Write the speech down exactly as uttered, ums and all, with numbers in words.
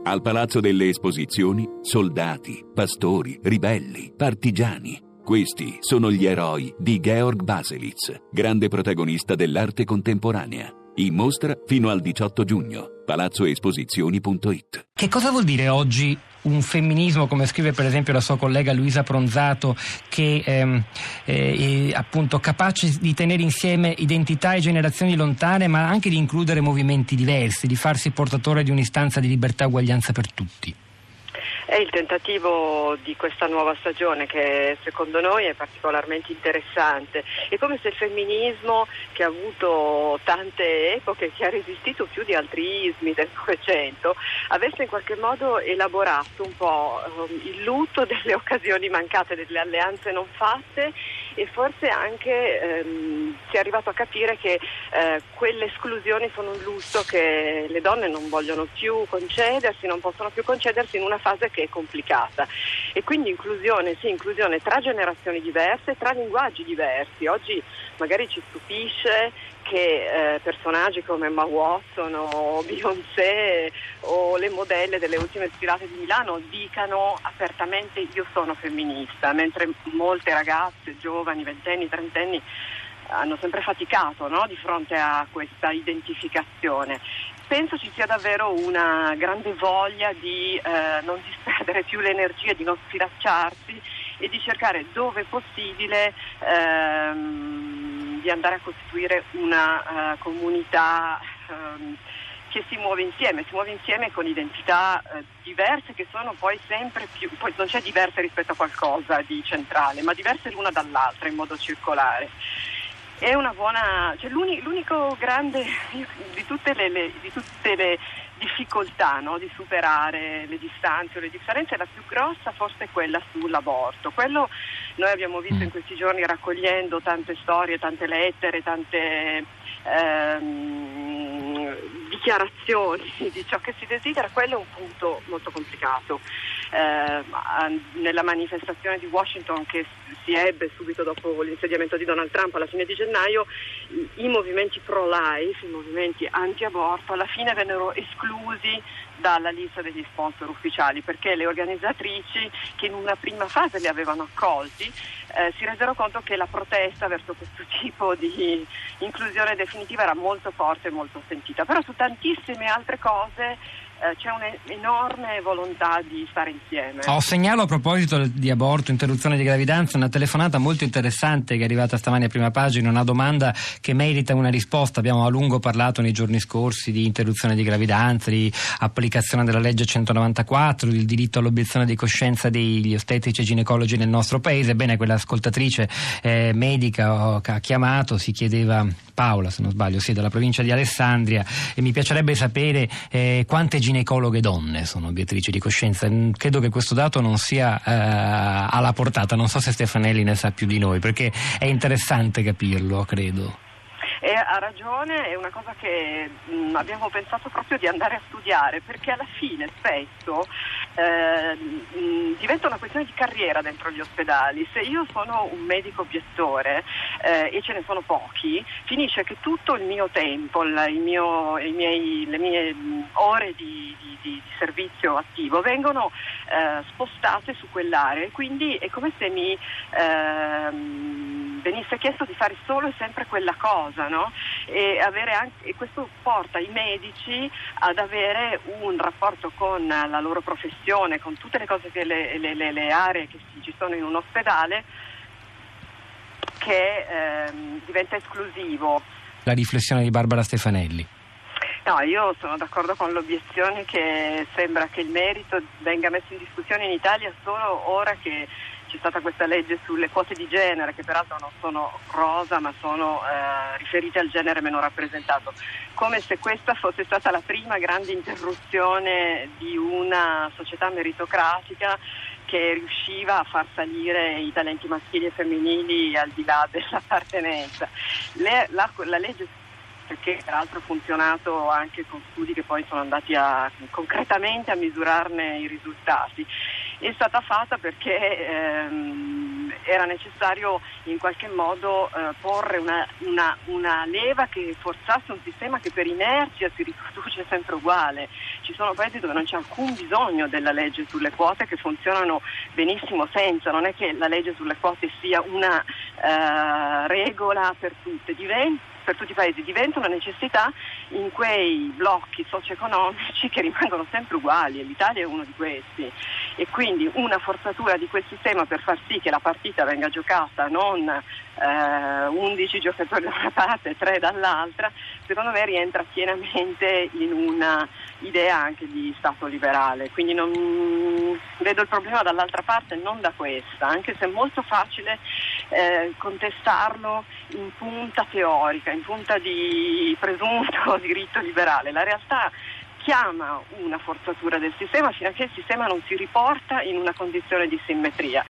Al Palazzo delle Esposizioni, soldati, pastori, ribelli, partigiani. Questi sono gli eroi di Georg Baselitz, grande protagonista dell'arte contemporanea. In mostra fino al diciotto giugno. palazzo esposizioni punto it. Che cosa vuol dire oggi un femminismo, come scrive per esempio la sua collega Luisa Pronzato, che ehm, è appunto capace di tenere insieme identità e generazioni lontane, ma anche di includere movimenti diversi, di farsi portatore di un'istanza di libertà e uguaglianza per tutti? È il tentativo di questa nuova stagione che secondo noi è particolarmente interessante. È come se il femminismo, che ha avuto tante epoche, che ha resistito più di altri ismi del Novecento, avesse in qualche modo elaborato un po' il lutto delle occasioni mancate, delle alleanze non fatte, e forse anche ehm, si è arrivato a capire che eh, quelle esclusioni sono un lutto che le donne non vogliono più concedersi, non possono più concedersi in una fase che è complicata. E quindi inclusione, sì, inclusione tra generazioni diverse, tra linguaggi diversi. Oggi magari ci stupisce che eh, personaggi come Emma Watson o Beyoncé o le modelle delle ultime sfilate di Milano dicano apertamente io sono femminista, mentre molte ragazze, giovani, ventenni, trentenni hanno sempre faticato, no? Di fronte a questa identificazione. Penso ci sia davvero una grande voglia di eh, non disperdere più l'energia, di non sfilacciarsi e di cercare dove possibile ehm, di andare a costituire una uh, comunità um, che si muove insieme, si muove insieme con identità uh, diverse, che sono poi sempre più, poi non c'è diverse rispetto a qualcosa di centrale, ma diverse l'una dall'altra in modo circolare. È una buona, cioè l'uni, l'unico grande di tutte le, le di tutte le difficoltà, no, di superare le distanze o le differenze, la più grossa forse è quella sull'aborto. Quello noi abbiamo visto in questi giorni, raccogliendo tante storie, tante lettere, tante ehm, dichiarazioni di ciò che si desidera. Quello è un punto molto complicato. Eh, nella manifestazione di Washington che si ebbe subito dopo l'insediamento di Donald Trump alla fine di gennaio, i movimenti pro-life, i movimenti anti-aborto alla fine vennero esclusi dalla lista degli sponsor ufficiali, perché le organizzatrici, che in una prima fase li avevano accolti, eh, si resero conto che la protesta verso questo tipo di inclusione definitiva era molto forte e molto sentita. Però su tantissime altre cose Eh, c'è un'enorme volontà di stare insieme. Ho segnalo a proposito di aborto, interruzione di gravidanza, una telefonata molto interessante che è arrivata stamani a Prima Pagina, una domanda che merita una risposta. Abbiamo a lungo parlato nei giorni scorsi di interruzione di gravidanza, di applicazione della legge centonovantaquattro, del diritto all'obiezione di coscienza degli ostetrici e ginecologi nel nostro paese. Ebbene, quell'ascoltatrice eh, medica che ha chiamato si chiedeva, Paola se non sbaglio, sì, dalla provincia di Alessandria, e mi piacerebbe sapere eh, quante ginecologhe donne sono obiettrici di coscienza. Credo che questo dato non sia eh, alla portata, non so se Stefanelli ne sa più di noi, perché è interessante capirlo, credo. E ha ragione, è una cosa che mh, abbiamo pensato proprio di andare a studiare, perché alla fine spesso eh, mh, diventa una questione di carriera dentro gli ospedali. Se io sono un medico obiettore eh, e ce ne sono pochi, finisce che tutto il mio tempo, il, il mio, i miei, le mie mh, ore di, di, di servizio attivo vengono eh, spostate su quell'area, e quindi è come se mi eh, venisse chiesto di fare solo e sempre quella cosa, no? E, avere anche, e questo porta i medici ad avere un rapporto con la loro professione, con tutte le cose che le, le, le, le aree che ci sono in un ospedale, che ehm, diventa esclusivo. La riflessione di Barbara Stefanelli. No, io sono d'accordo con l'obiezione che sembra che il merito venga messo in discussione in Italia solo ora che c'è stata questa legge sulle quote di genere, che peraltro non sono rosa ma sono eh, riferite al genere meno rappresentato, come se questa fosse stata la prima grande interruzione di una società meritocratica che riusciva a far salire i talenti maschili e femminili al di là dell'appartenenza. Le, la, la legge, perché peraltro ha funzionato anche con studi che poi sono andati a concretamente a misurarne i risultati, è stata fatta perché ehm, era necessario in qualche modo eh, porre una, una, una leva che forzasse un sistema che per inerzia si riproduce sempre uguale. Ci sono paesi dove non c'è alcun bisogno della legge sulle quote, che funzionano benissimo senza. Non è che la legge sulle quote sia una eh, regola per tutte, diventa per tutti i paesi, diventa una necessità in quei blocchi socio-economici che rimangono sempre uguali, e l'Italia è uno di questi, e quindi una forzatura di quel sistema per far sì che la partita venga giocata non eh, undici giocatori da una parte e tre dall'altra, secondo me rientra pienamente in una idea anche di Stato liberale, quindi non vedo il problema dall'altra parte, non da questa, anche se è molto facile eh, contestarlo in punta teorica, in punta di presunto diritto liberale. La realtà chiama una forzatura del sistema fino a che il sistema non si riporta in una condizione di simmetria.